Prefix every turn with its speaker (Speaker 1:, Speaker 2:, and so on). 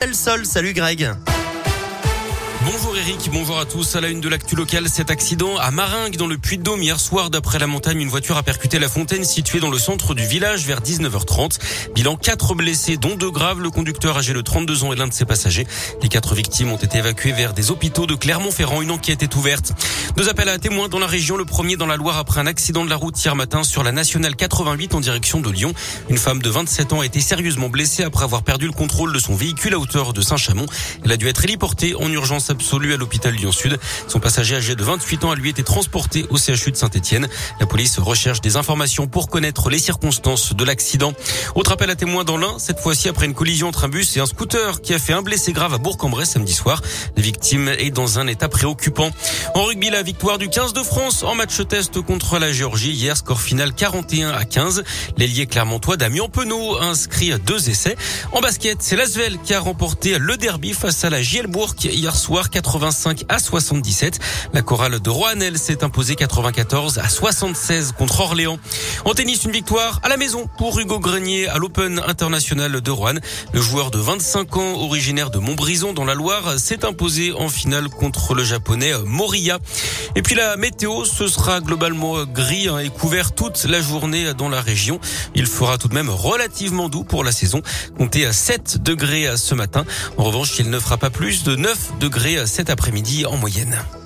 Speaker 1: Michel Sol. Salut Greg.
Speaker 2: Bonjour Eric, bonjour à tous. À la une de l'actu locale, cet accident à Maringues dans le Puy-de-Dôme. Hier soir, d'après la montagne, une voiture a percuté la fontaine située dans le centre du village vers 19h30. Bilan 4 blessés, dont 2 graves. Le conducteur âgé de 32 ans et l'un de ses passagers. Les 4 victimes ont été évacuées vers des hôpitaux de Clermont-Ferrand. Une enquête est ouverte. 2 appels à témoins dans la région. Le premier dans la Loire après un accident de la route hier matin sur la nationale 88 en direction de Lyon. Une femme de 27 ans a été sérieusement blessée après avoir perdu le contrôle de son véhicule à hauteur de Saint-Chamond. Elle a dû être héliportée en urgence absolue à l'hôpital Lyon-Sud. Son passager âgé de 28 ans a lui été transporté au CHU de Saint-Étienne. La police recherche des informations pour connaître les circonstances de l'accident. Autre appel à témoins dans l'Ain, cette fois-ci après une collision entre un bus et un scooter qui a fait un blessé grave à Bourg-en-Bresse samedi soir. La victime est dans un état préoccupant. En rugby, la victoire du 15 de France en match test contre la Géorgie. Hier, score final 41-15. L'ailier clermontois Damien Penaud a inscrit 2 essais. En basket, c'est l'Asvel qui a remporté le derby face à la JL Bourg hier soir 85-77. La chorale de Roanel s'est imposée 94-76 contre Orléans. En tennis, une victoire à la maison pour Hugo Grenier à l'Open International de Roanne. Le joueur de 25 ans, originaire de Montbrison dans la Loire, s'est imposé en finale contre le japonais Moriya. Et puis la météo, ce sera globalement gris et couvert toute la journée dans la région. Il fera tout de même relativement doux pour la saison. Comptez à 7 degrés ce matin. En revanche, il ne fera pas plus de 9 degrés cet après-midi en moyenne.